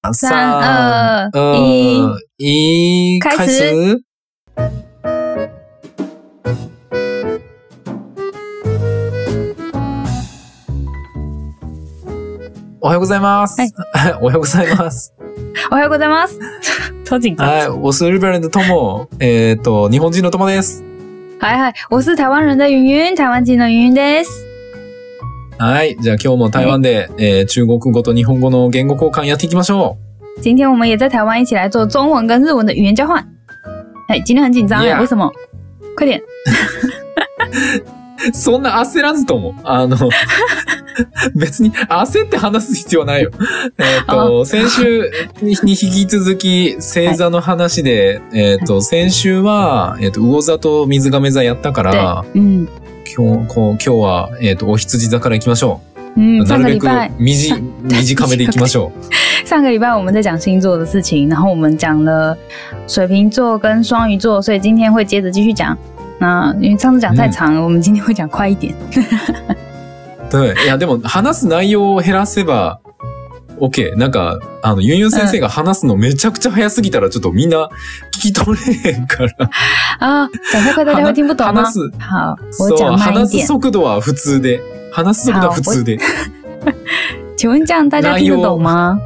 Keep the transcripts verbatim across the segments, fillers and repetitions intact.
三二一， 一开始。 开始。おはようございます。 はいおはようございます。 おはようございます。超紧張。 はい、我是日本人的友。えっと、日本人の友です。 はいはい、我是台湾人的云云，台湾人的云云です。 はい。じゃあ今日も台湾で、えー、中国語と日本語の言語交換やっていきましょう。今天我们也在台湾一起来做中文跟日文的语言交换。哎，今天很紧张哎， Yeah. 为什么？快点。 そんな焦らずとも、あの、別に焦って話す必要はないよ。えっと、先週に引き続き星座の話で、はい、えっと、先週は、えっと、魚座と水亀座やったから、うん、今日、こう、今日は、えっと、お羊座から行きましょう。嗯，なるべく短短めで行きましょう。 上个礼拜我们在讲星座的事情，然后我们讲了水瓶座跟双鱼座，所以今天会接着继续讲。那因为上次讲太长了，嗯、我们今天会讲快一点。 对、いやでも話す内容を減らせば OK。なんかあのユンユン先生が話すのめちゃくちゃ早すぎたらちょっとみんな聞き取れへんから。 啊，讲太快大家会听不懂吗？ 話す好，我讲慢一点。 話す速度は普通で、話す速度は普通で。 请问这样大家听得懂吗？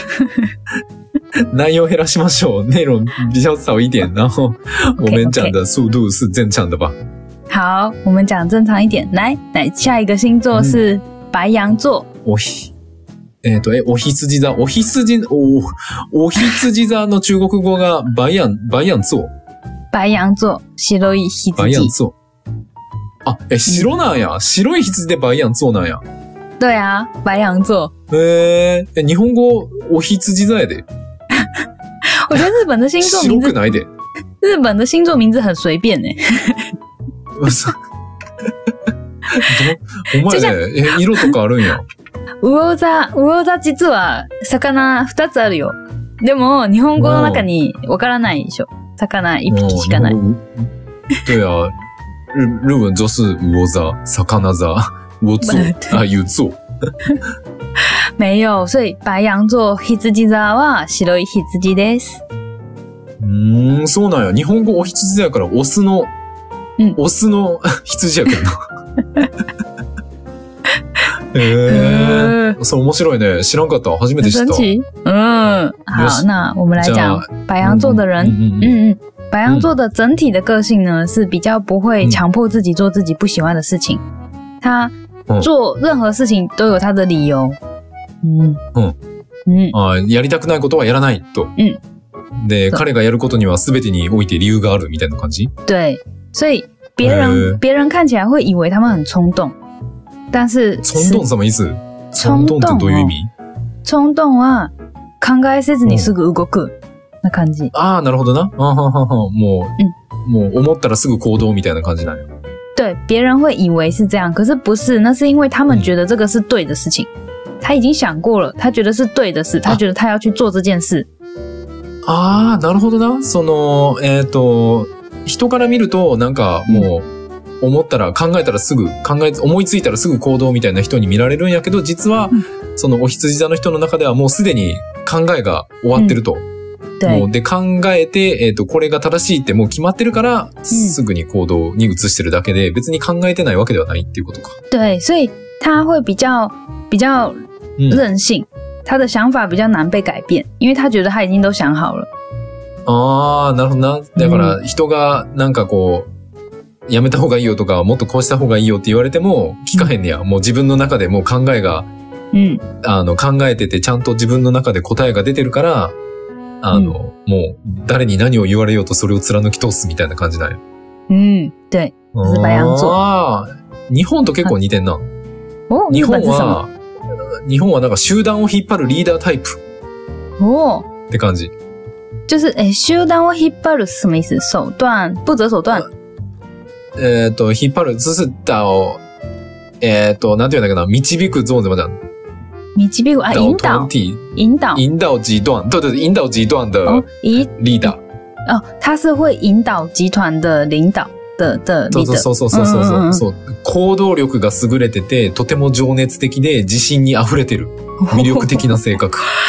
内容減らしましょう。内容比较少一点，然后我们讲的速度是正常的吧？ 好，我们讲正常一点。来，来，下一个星座是白羊座。 おひ、えっと、え、おひつじ座、おひつじ、お、おひつじ座の中国語が白羊、白羊座。 白羊座、白い羊。 白羊座。あ、え、白なんや。白い羊で白羊座なんや。 对啊，白羊座。 えー、え、日本語おひつじ座やで。 我觉得日本的星座名字， 白くないで。 日本的星座名字很随便欸。 お前ね、え、色とかあるんや。 魚座、魚座実は魚二つあるよ。でも日本語の中にわからないでしょ。魚一匹しかない。 对啊，日日文就是魚座、魚座、魚座啊，有座。 没有，所以白羊座羊座は白い羊です。 うーん、そうなんや。日本語お羊座やからオスの、うん、オスの羊やけどな。へー、それ面白いね。知らんかった。初めて知った。 嗯，好，那我们来讲白羊座的人。嗯 嗯, 嗯，白羊座的整体的个性呢，是比较不会强迫自己做自己不喜欢的事情。他做任何事情都有他的理由。嗯嗯嗯あ、やりたくないことはやらないと。嗯。で、彼がやることには全てにおいて理由があるみたいな感じ？ 对，所以别人别人看起来会以为他们很冲动，但是冲動什麼意思？衝動ってどういう意味？ 衝動は考えせずにすぐ動くな感じ。 ああ、なるほどな。あはははもう、もう思ったらすぐ行動みたいな感じなんよ。 对，别人会以为是这样，可是不是，那是因为他们觉得这个是对的事情。他已经想过了，他觉得是对的事，他觉得他要去做这件事。 ああ、なるほどな。その、えっと、人から見ると、なんかもう、思ったら、考えたらすぐ、考え、思いついたらすぐ行動みたいな人に見られるんやけど、実は、うん、そのお羊座の人の中ではもうすでに考えが終わってると。うん、もうで、考えて、えっと、これが正しいってもう決まってるから、うん、すぐに行動に移してるだけで、別に考えてないわけではないっていうことか。 对、所以他会比较、比較、任性、嗯、他的想法比较難被改變，因為他覺得他已經都想好了。 ああ、なるほどな。だから人がなんかこう、やめた方がいいよとか、もっとこうした方がいいよって言われても聞かへんねや。うん、もう自分の中でもう考えが、うん、あの考えててちゃんと自分の中で答えが出てるから、あの、うん、もう誰に何を言われようとそれを貫き通すみたいな感じなんや。 うん、对。是白羊座。 ああ、日本と結構似てんな。 お、 日本は。日本はなんか集団を引っ張るリーダータイプって感じ。 就是诶、集団を引っ張る是什么意思？手段、不择手段。 えっと、引っ張る、就是到、えっと、なんて言うんだっけな、導く像怎么讲？ 導く啊，引導，引導， 引導集團，對對，引導集團的リーダー。 哦，他是会引導集團的領導。的的リーダー。 そうそうそうそうそう、うんうん、そう。行動力が優れてて、とても情熱的で自信に溢れてる。魅力的な性格。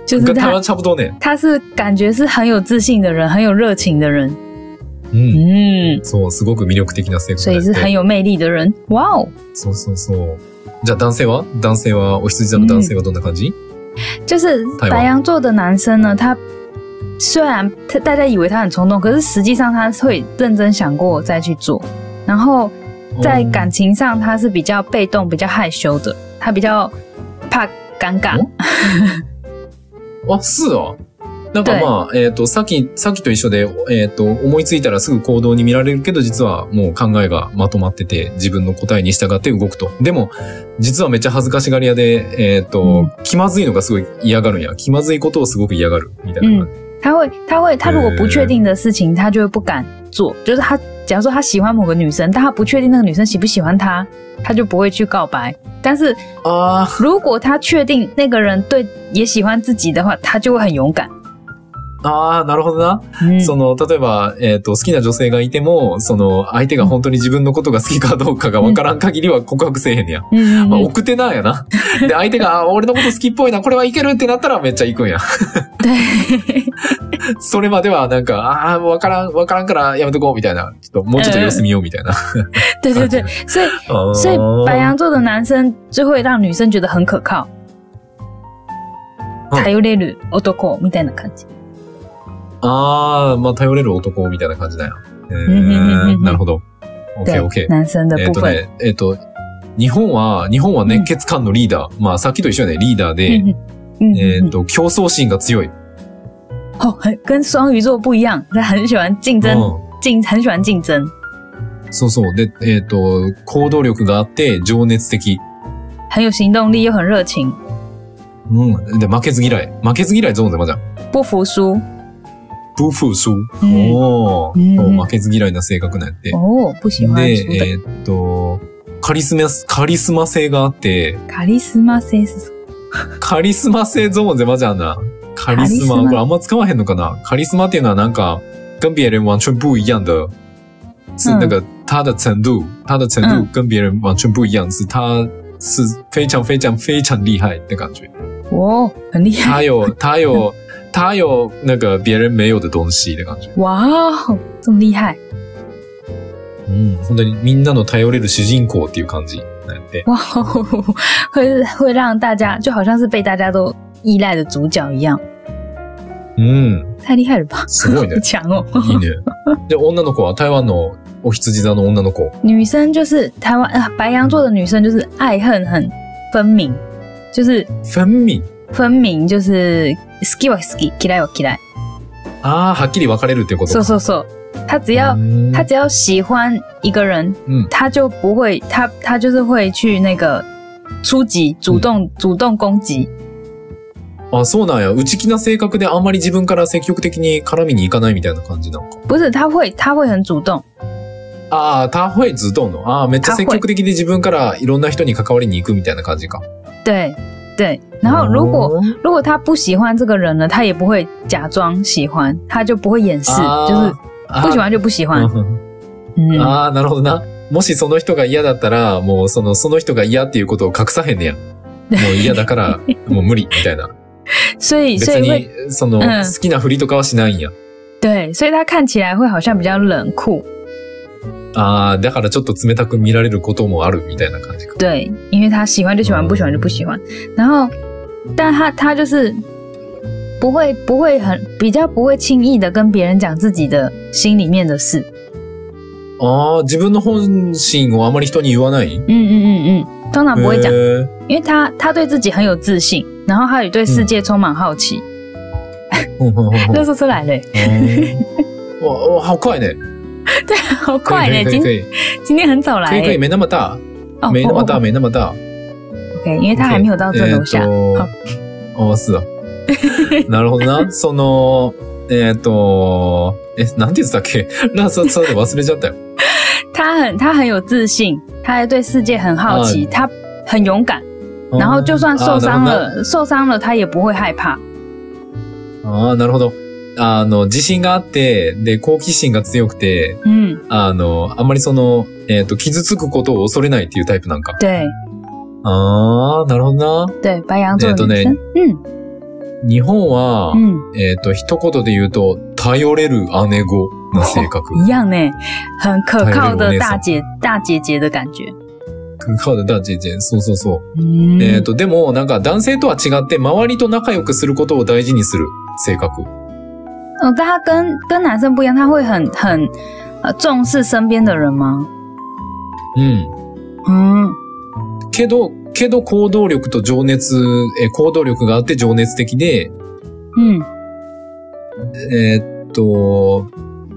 就是他跟台湾差不多呢。 他是感觉是很有自信的人，很有热情的人。 うん。 うん。 そう、すごく魅力的な性格所以是很有魅力的人。哇哦。 そうそうそう。じゃあ男性は男性はお羊座の男性はどんな感じ？ 就是白羊座的男生呢，他虽然他大家以为他很冲动，可是实际上他会认真想过再去做。然后在感情上，他是比较被动、比较害羞的，他比较怕尴尬。 あ、是哦。なんかまあ、えっと、さっき、さっきと一緒で、えっと、思いついたらすぐ行動に見られるけど、実はもう考えがまとまってて、自分の答えに従って動くと。でも、実はめっちゃ恥ずかしがり屋で、えっと、うん、気まずいのがすごい嫌がるんや。気まずいことをすごく嫌がる、みたいな感じ。 嗯、他会、他会、他如果不确定的事情，他就会不敢做。就是他，假如说他喜欢某个女生，但他不确定那个女生喜不喜欢他，他就不会去告白。但是，啊，如果他确定那个人对也喜欢自己的话，他就会很勇敢。 ああ、なるほどな。うん、その、例えば、えっと、好きな女性がいても、その、相手が本当に自分のことが好きかどうかがわからん限りは告白せえへんねや。うん、まあ、奥手なんやな。で、相手が、俺のこと好きっぽいな、これはいけるってなったらめっちゃ行くんや。それまではなんか、ああ、わからん、わからんからやめとこうみたいな。ちょっと、もうちょっと様子見ようみたいな。 对对对。所以、所以白羊座的男生就会让女生觉得很可靠。頼れる男みたいな感じ。 ああ、まあ頼れる男みたいな感じだよ。えー、なるほど。OK, OK。 男生的部分。 えっとね、えっと、日本は、日本は熱血漢のリーダー。まあさっきと一緒やね、リーダーで、えっと、競争心が強い。 哦，跟双鱼座不一样，他很喜欢竞争，竞、很喜欢竞争。 そうそう。で、えっと、行動力があって、情熱的。 很有行動力又很熱情。 うん。で、負けず嫌い。負けず嫌いゾーンでまじゃん。 不服輸。 不服输。おー。負けず嫌いな性格なんやって。 おー、不喜欢輸で、えー、っと、カリスマ、カリスマ性があって。 カリスマ性是カリスマ性ゾーンでまじゃんな。カリスマ。これあんま使わへんのかな？カリスマっていうのはなんか、跟别人完全不一样的。是那个他的程度，他的程度跟别人完全不一样，是他是非常非常非常厉害的感觉。 哦，很厉害。 他有他有他有那个别人没有的东西的感觉。 哇，这么厉害。 嗯，本当にみんなの頼れる主人公っていう感じなんで。 哇，会会让大家就好像是被大家都依赖的主角一样。 嗯。 太厉害了吧。 すごいね。 強哦。 いいね。で、女の子は台湾のお羊座の女の子。 女生就是台湾、呃、白羊座的女生就是爱恨很分明，就是分明分明就是好きは好き、嫌いは嫌い。 ああ、はっきり分かれるっていうことか。 そうそうそう。他只要他只要喜欢一个人，嗯，他就不会他他就是会去那个出击，主动、嗯、主動攻擊。 あ、そうなんや。内気な性格であんまり自分から積極的に絡みに行かないみたいな感じなのか。 不是，他会他会很主動。 ああ、他会主動の。ああ、めっちゃ積極的で自分からいろんな人に関わりに行くみたいな感じか。 对对。然后如果如果他不喜欢这个人呢，他也不会假装喜欢，他就不会掩饰，就是不喜欢就不喜欢。 うん、ああ、なるほどな。もしその人が嫌だったら、もうそのその人が嫌っていうことを隠さへんねや。もう嫌だからもう無理みたいな。 所以別にその、嗯、好きなふりとかはしないんや。 对，所以他看起来会好像比较冷酷。 ああ、だからちょっと冷たく見られることもあるみたいな感じか。 对，因为他喜欢就喜欢，不喜欢就不喜欢。然后，但他他就是不会不会很比较不会轻易的跟别人讲自己的心里面的事。 ああ、自分の本心をあまり人に言わない。 嗯嗯嗯嗯，通常不会讲，因为他他对自己很有自信，然后他也对世界充满好奇。热说出来了。 哇哇，好快呢！ 对，好快呢！今今天很早来。 可以可以，没那么大，没那么大，没那么大。 OK， 因为他还没有到这楼下。 哦，是啊。なるほどな。そのえっとえなんて言ってたっけ？那说说的忘れちゃったよ。 他很他很有自信，他还对世界很好奇，他很勇敢，然后就算受伤了，受伤了他也不会害怕。 ああ、なるほど。あの、自信があって、で、好奇心が強くて、うん、あの、あんまりその、えっと、傷つくことを恐れないっていうタイプなんか。 对。 ああ、なるほどな。 对、白羊座的女生。 えっとね、 うん。 日本は、うん、えっ、ー、と、一言で言うと、頼れる姉子の性格。 一样ね。很可靠的大姐、大姐姐的感觉。 可靠的大姐姐。そうそうそう。えっ、ー、と、でも、なんか男性とは違って、周りと仲良くすることを大事にする性格。 哦，但他跟跟男生不一样，他会很很呃重视身边的人吗？ うん。うん。けど、けど行動力と情熱、え、行動力があって情熱的で、 うん。 えー、っと、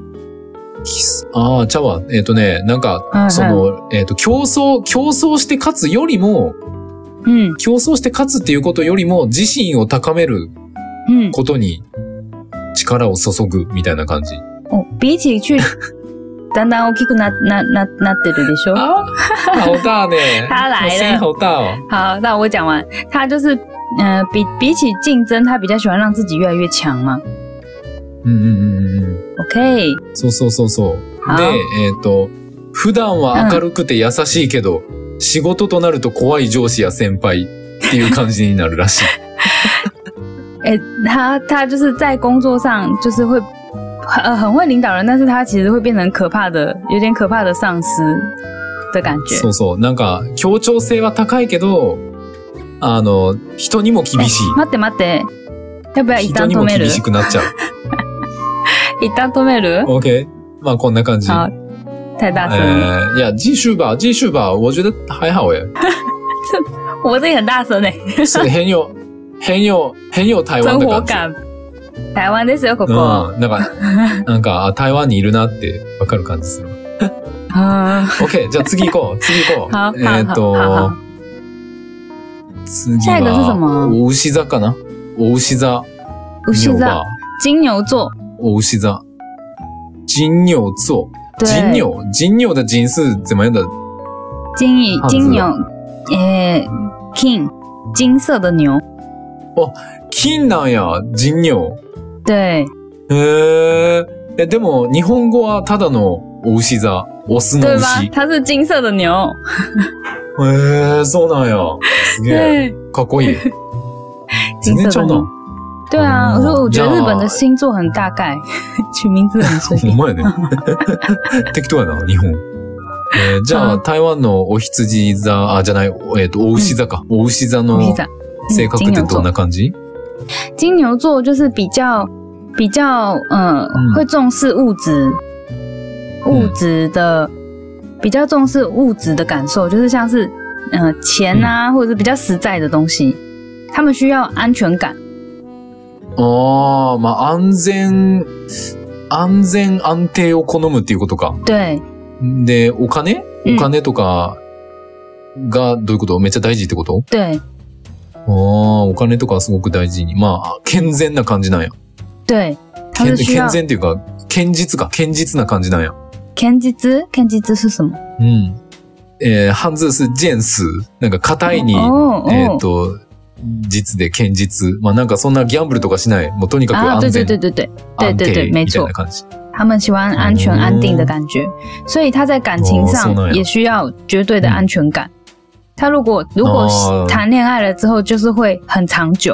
ああ、ちゃうわ。えー、っとね、なんか、はいはい、その、えー、っと、競争、競争して勝つよりも、 うん。 競争して勝つっていうことよりも、自身を高めることに力を注ぐみたいな感じ。 哦，比起去。だんだん大きくな、な、な、なってるでしょ？ 啊，好大呢！ 他来了， 声音好大哦。 好，那我讲完，他就是，呃，比比起竞争，他比较喜欢让自己越来越强嘛。 うんうんうんうん。 OK。 そうそうそうそう。で、えっと、普段は明るくて優しいけど、うん、仕事となると怖い上司や先輩っていう感じになるらしい。 哎，他他就是在工作上就是会。呃，很会領導人，但是他其實會變成可怕的，有點可怕的上司的感覺。 そうそう。なんか、協調性は高いけど、あの、人にも厳しい。 待って待って。要不要一旦止める？人にも厳しくなっちゃう。 一旦止める？ OK。まあ、こんな感じ。 好。太大聲了。 呃，いや、繼續吧，繼續吧。我覺得還好耶。 我這也很大聲誒。 是很有、很有、很有台灣的感覺。 感台湾ですよ、ここ。 うん。なんか、なんか、台湾にいるなってわかる感じする。OK、じゃあ次行こう。次行こう。 好えっと、次は、お牛座かな？お牛座。 牛座。金牛座。 お牛座。金牛座。金牛。金牛的金是怎么样的？ 金羽、金牛。えー、金。金色的牛。 哦、金なんや、金牛。 对。 へー。え、でも、日本語はただのお牛座。オスの牛。 对吧？它是金色的牛。 へー、そうなんや。すげえ。かっこいい。全然ちゃうな。 对啊，我说我觉得日本的星座很大概，取名字很随便。 ほんまやね。適当やな、日本。えー、じゃあ、台湾のお羊座、あ、じゃない、えっと、お牛座か。お牛座の性格ってどんな感じ？ 金牛座就是比较比较呃、嗯、会重视物质物质的、嗯、比较重视物质的感受，就是像是呃钱啊、嗯、或者是比较实在的东西，他们需要安全感。 ああ、まあ安全安全安定を好むっていうことか。 对。 で、お金お金とかがどういうこと？めっちゃ大事ってこと？ 对。 ああ、お金とかすごく大事に。まあ、健全な感じなんや。 对。 健健全っていうか、堅実か、堅実な感じなんや。 堅実？堅実是什么？ うん。えー、漢字是坚实。なんか硬いに、えっと、実で堅実。まあなんかそんなギャンブルとかしない。もうとにかく安全。 对对对对对对对对，没错。他们喜欢安全安定的感觉，所以他在感情上也需要绝对的安全感。他如果如果谈恋爱了之后，就是会很长久。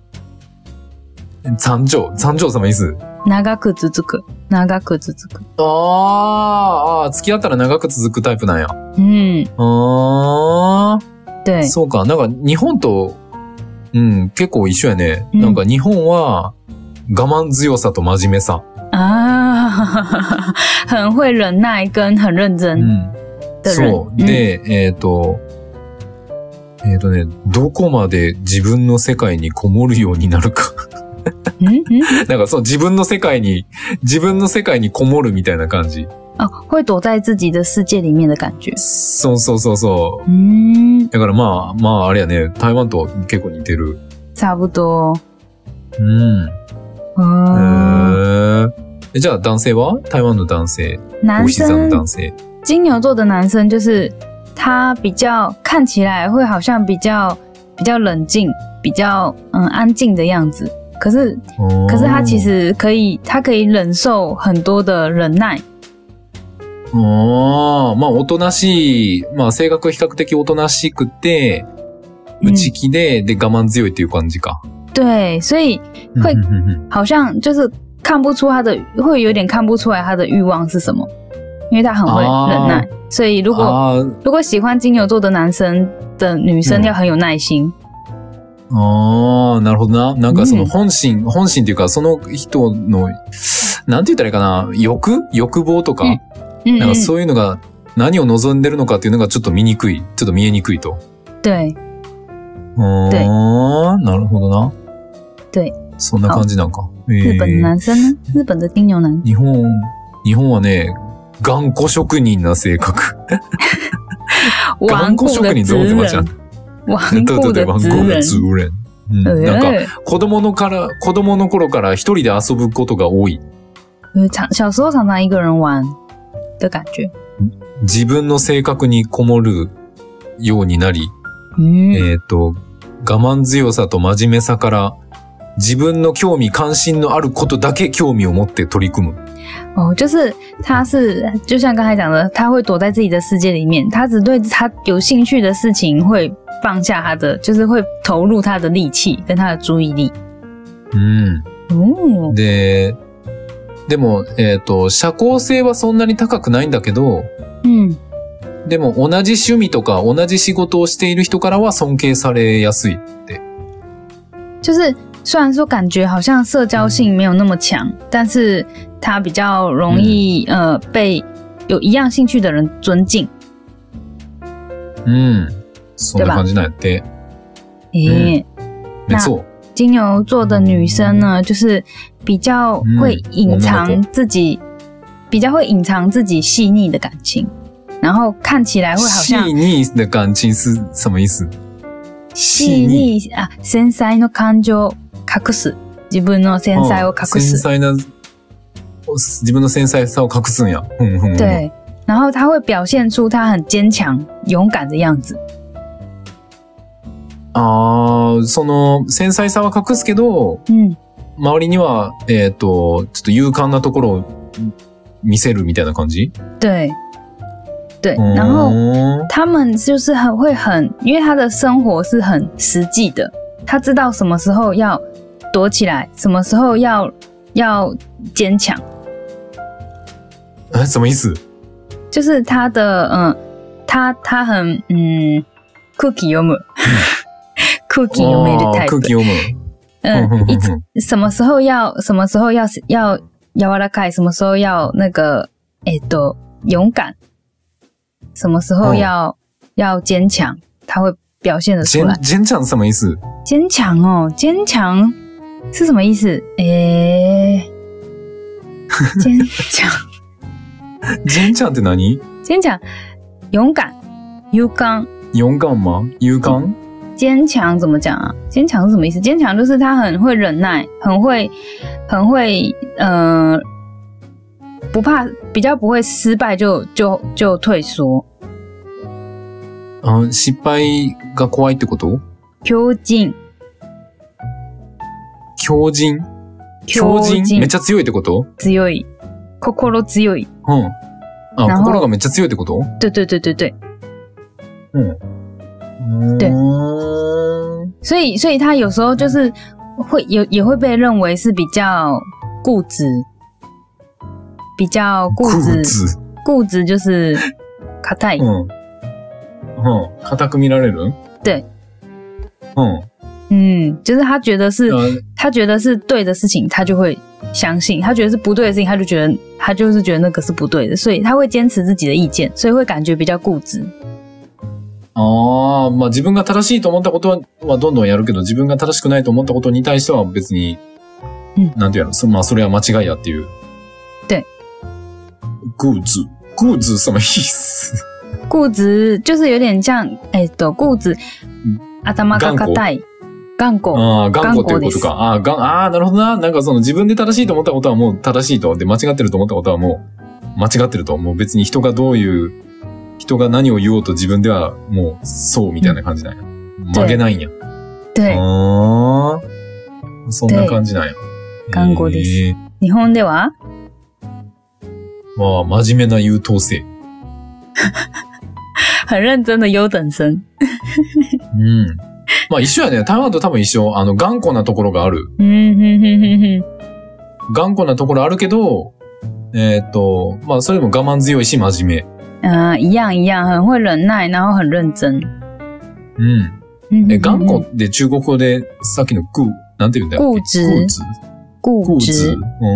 長久長久什么意思？ 長く続く。長く続く。 ああ、付き合ったら長く続くタイプなんや。 うん。 ああ。 对。 そうか。なんか日本と、うん、結構一緒やね。うん、なんか日本は我慢強さと真面目さ。 ああ、很会忍耐跟很認真的人。 そう。で、えっと、えっとね、どこまで自分の世界にこもるようになるか。なんかそう自分の世界に、自分の世界にこもるみたいな感じ。 あ、会躲在自己的世界里面的感觉。 そうそうそうそう。 うん。 だからまあ、まああれやね、台湾と結構似てる。 差不多。 うん。へえ。じゃあ男性は？台湾の男性。 男生。 男性。 金牛座的男生就是他比较看起来会好像比较比较冷静，比较嗯安静的样子。可是，哦、可是他其实可以，他可以忍受很多的忍耐。 ああ、まあおとなしい、まあ性格比較的おとなしくて、内気で、うん、で我慢強いっていう感じか。 对，所以会好像就是看不出他的，会有点看不出来他的欲望是什么，因为他很会忍耐。啊、所以如果、啊、如果喜欢金牛座的男生的女生要很有耐心。 ああ、なるほどな。なんかその本心、うん、本心っていうかその人のなんて言ったらいいかな、欲欲望とか、うん、なんかそういうのが何を望んでるのかっていうのがちょっと見にくい、ちょっと見えにくいと。 对。 ああ、なるほどな。 对。 そんな感じなんか。 日本の男生呢？日本的金牛男。 日本、日本はね、頑固職人な性格。頑固職人どうでまちゃん。 顽固的职人。うん、なんか子供のから子供の頃から一人で遊ぶことが多い。 小時候常常一个人玩的感觉。 自分の性格にこもるようになり、うん、えっと我慢強さと真面目さから自分の興味関心のあることだけ興味を持って取り組む。 哦，就是他是就像刚才讲的，他会躲在自己的世界里面，他只对他有兴趣的事情会放下他的，就是会投入他的力气跟他的注意力。 うん。おで、でもえっと社交性はそんなに高くないんだけど、うん。でも同じ趣味とか同じ仕事をしている人からは尊敬されやすいって。 就是虽然说感觉好像社交性没有那么强，但是他比较容易、嗯、呃被有一样兴趣的人尊敬。 嗯，そんな感じなんやって。 诶、嗯，没错。金牛座的女生呢，就是比较会隐藏自己，嗯、比较会隐藏自己细腻的感情，然后看起来会好像细腻的感情是什么意思？ 细腻啊，繊細の感情を隠す。自分の繊細を隠す。 繊細な自分の繊細さを隠すんや。うんうんうん、 对，然后他会表现出他很坚強、勇敢的样子。 ああ、その繊細さは隠すけど、うん、周りにはえっとちょっと勇敢なところを見せるみたいな感じ？ 对。对，然后他们就是很会很，因为他的生活是很实际的，他知道什么时候要躲起来，什么时候要要坚强。 哎，什么意思？ 就是他的嗯，他他很嗯空気読む空気読めるタイプ。 空気読む。 嗯，一什么时候要什么时候要要柔らかい，什么时候要那个えっと勇敢。什么时候要、哦、要坚强，他会表现得出来。 坚强是什么意思？ 坚强哦，坚强是什么意思？诶，坚强， 坚强って何？ 坚强，勇敢，勇敢。 勇敢吗？勇敢？ 坚强怎么讲啊？坚强是什么意思？坚强就是他很会忍耐，很会，很会，呃。不怕，比较不会失败就就就退缩。 あ、失敗が怖いってこと？ 強靭。 強靭？強靭？めっちゃ強いってこと？ 強い。心強い。 うん。あ、心がめっちゃ強いってこと？ 对对对对对。 嗯。 对。所以所以他有时候就是会有也会被认为是比较固执。比较固执，固执就是硬い。 嗯，嗯，硬く見られる？ 对。 嗯嗯，就是他觉得是、嗯、他觉得是对的事情，他就会相信；他觉得是不对的事情，他就觉得他就是觉得那个是不对的，所以他会坚持自己的意見，所以会感觉比较固執。 ああ、まあ自分が正しいと思ったことは、まあ、どんどんやるけど、自分が正しくないと思ったことに対しては別に、うん、なんていうの、まあそれは間違いやっていう。 对。 固执，固执什么意思？ 固执就是有点像，えっと固執、頭が硬い。頑固。 ああ、頑固っていうことか。ああ、がああ、なるほどな。なんかその自分で正しいと思ったことはもう正しいと。で、間違ってると思ったことはもう間違ってると。もう別に人がどういう、人が何を言おうと自分ではもうそうみたいな感じなんや。曲げないんや。 对。 ああ、そんな感じなんや。 頑固です。日本ではまあ、真面目な優等生。 很认真的優等生。 うん。 まあ一緒やね。台湾と多分一緒。あの、頑固なところがある。 うん、ふんふんふんふん。 頑固なところあるけど、えっと、まあそれでも我慢強いし真面目。啊、一样一样，很会忍耐，然後很認真。 うん。え、頑固で中国語でさっきの固、なんて言うんだよ。 固執。 固執。固執。うん。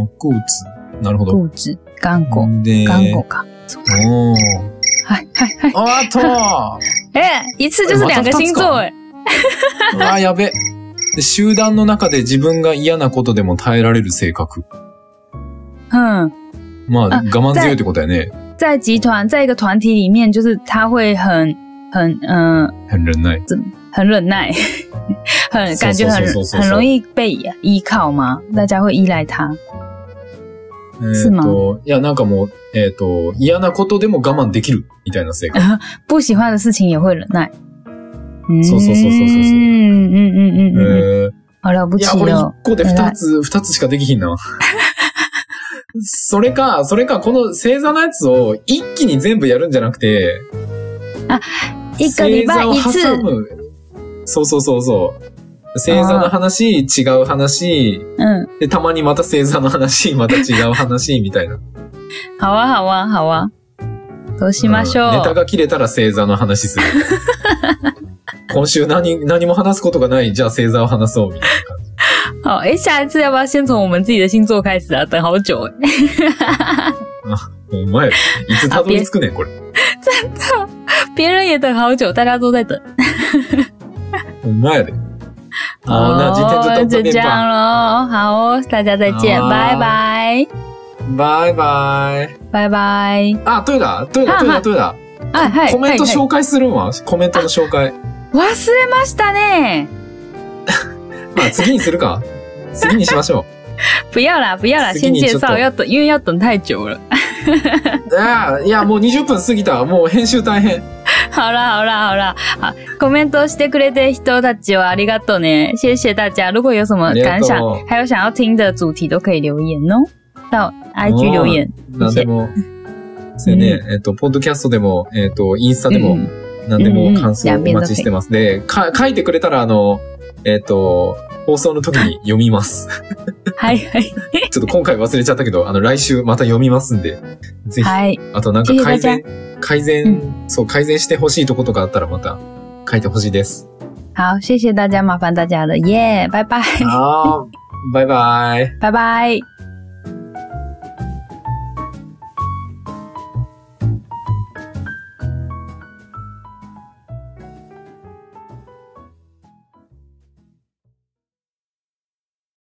固執。なるほど。 固執。頑固。頑固か。 おー。 はいはいはい。 あっとえ、一次就是两个星座え。 あ、やべ。集団の中で自分が嫌なことでも耐えられる性格。 うん。 まあ、我慢強いってことやね。 在集团，在一个团体里面，就是他会很很嗯、呃， 很忍耐， 很忍耐，很感觉很很容易被依靠嘛，大家会依赖他。是吗？ いや、なんかもう、えっと、嫌なことでも我慢できるみたいな性格。 不喜欢的事情也会忍耐。 そうそうそうそうそう。 うんうんうんうんうん。あら、不起よ。 いや、これ一個で二つ、二つしかできひんな。それか、それか、この星座のやつを一気に全部やるんじゃなくて、 あ、一個礼拜一次。 そうそうそうそう。星座の話、違う話、 うん。 で、たまにまた星座の話、また違う話、みたいな。 好啊、好啊、好啊。そうしましょう。 うん、ネタが切れたら星座の話する。今週何、何も話すことがない、じゃあ星座を話そう、みたいな感じ。 好，诶，下一次要不要先从我们自己的星座开始啊？等好久诶。 啊，お前、いつたどり着くねん、これ。 真的，别人也等好久，大家都在等。 お前やで。好，那今天就到这边吧。 就这样咯，好哦，大家再见，拜拜， 拜拜， 拜拜。 あ、对だ、对だ、对だ、对だ。 はいはい。 コメント紹介するわ。コメントの紹介。 忘れましたね。 まあ次にするか。次にしましょう。 不要啦，不要啦，先介紹。要等，因为要等太久了。 いや、いや、もうにじゅっぷん過ぎた。もう編集大変。 好啦好啦好啦，好，コメントしてくれて人たちはありがとうね，谢谢大家。如果有什么感想，还有想要听的主題都可以留言哦，到 I G 留言。 何でも。それね、えっと、ポッドキャストでも、えっと、インスタでも、何でも感想をお待ちしてます。で、か、書いてくれたら、あの、えっと、放送の時に読みます。 はいはい。 ちょっと今回忘れちゃったけど、あの、来週また読みますんで、ぜひ。はい。あとなんか改善、改善、うん、そう、改善してほしいとことかあったらまた書いてほしいです。 好，谢谢大家，麻烦大家了，耶、yeah ，拜拜。 好，拜拜。 拜拜。